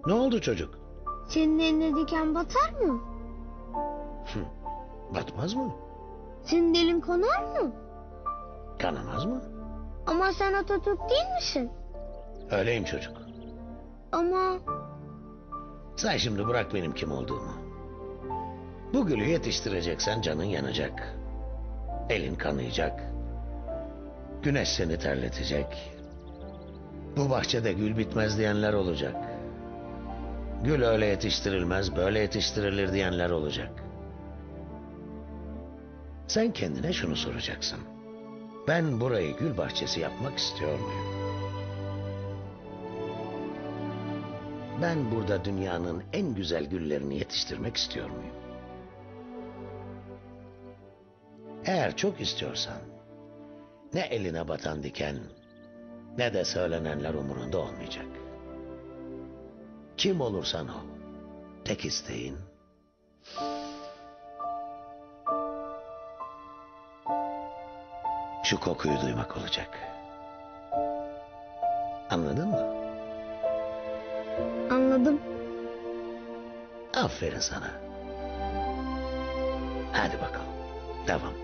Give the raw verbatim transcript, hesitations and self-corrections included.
Ne oldu çocuk? Senin eline diken batar mı? Hı, batmaz mı? Senin elin kanar mı? Kanamaz mı? Ama sen Atatürk değil misin? Öyleyim çocuk. Ama Sen şimdi bırak benim kim olduğumu. Bu gülü yetiştireceksen canın yanacak. Elin kanayacak. Güneş seni terletecek. Bu bahçede gül bitmez diyenler olacak. Gül öyle yetiştirilmez, böyle yetiştirilir diyenler olacak. Sen kendine şunu soracaksın. Ben burayı gül bahçesi yapmak istiyor muyum? Ben burada dünyanın en güzel güllerini yetiştirmek istiyor muyum? Eğer çok istiyorsan, ne eline batan diken, ne de söylenenler umurunda olmayacak. Kim olursan ol, tek isteğin, şu kokuyu duymak olacak. Anladın mı? anladım. Aferin sana. Hadi bakalım, devam.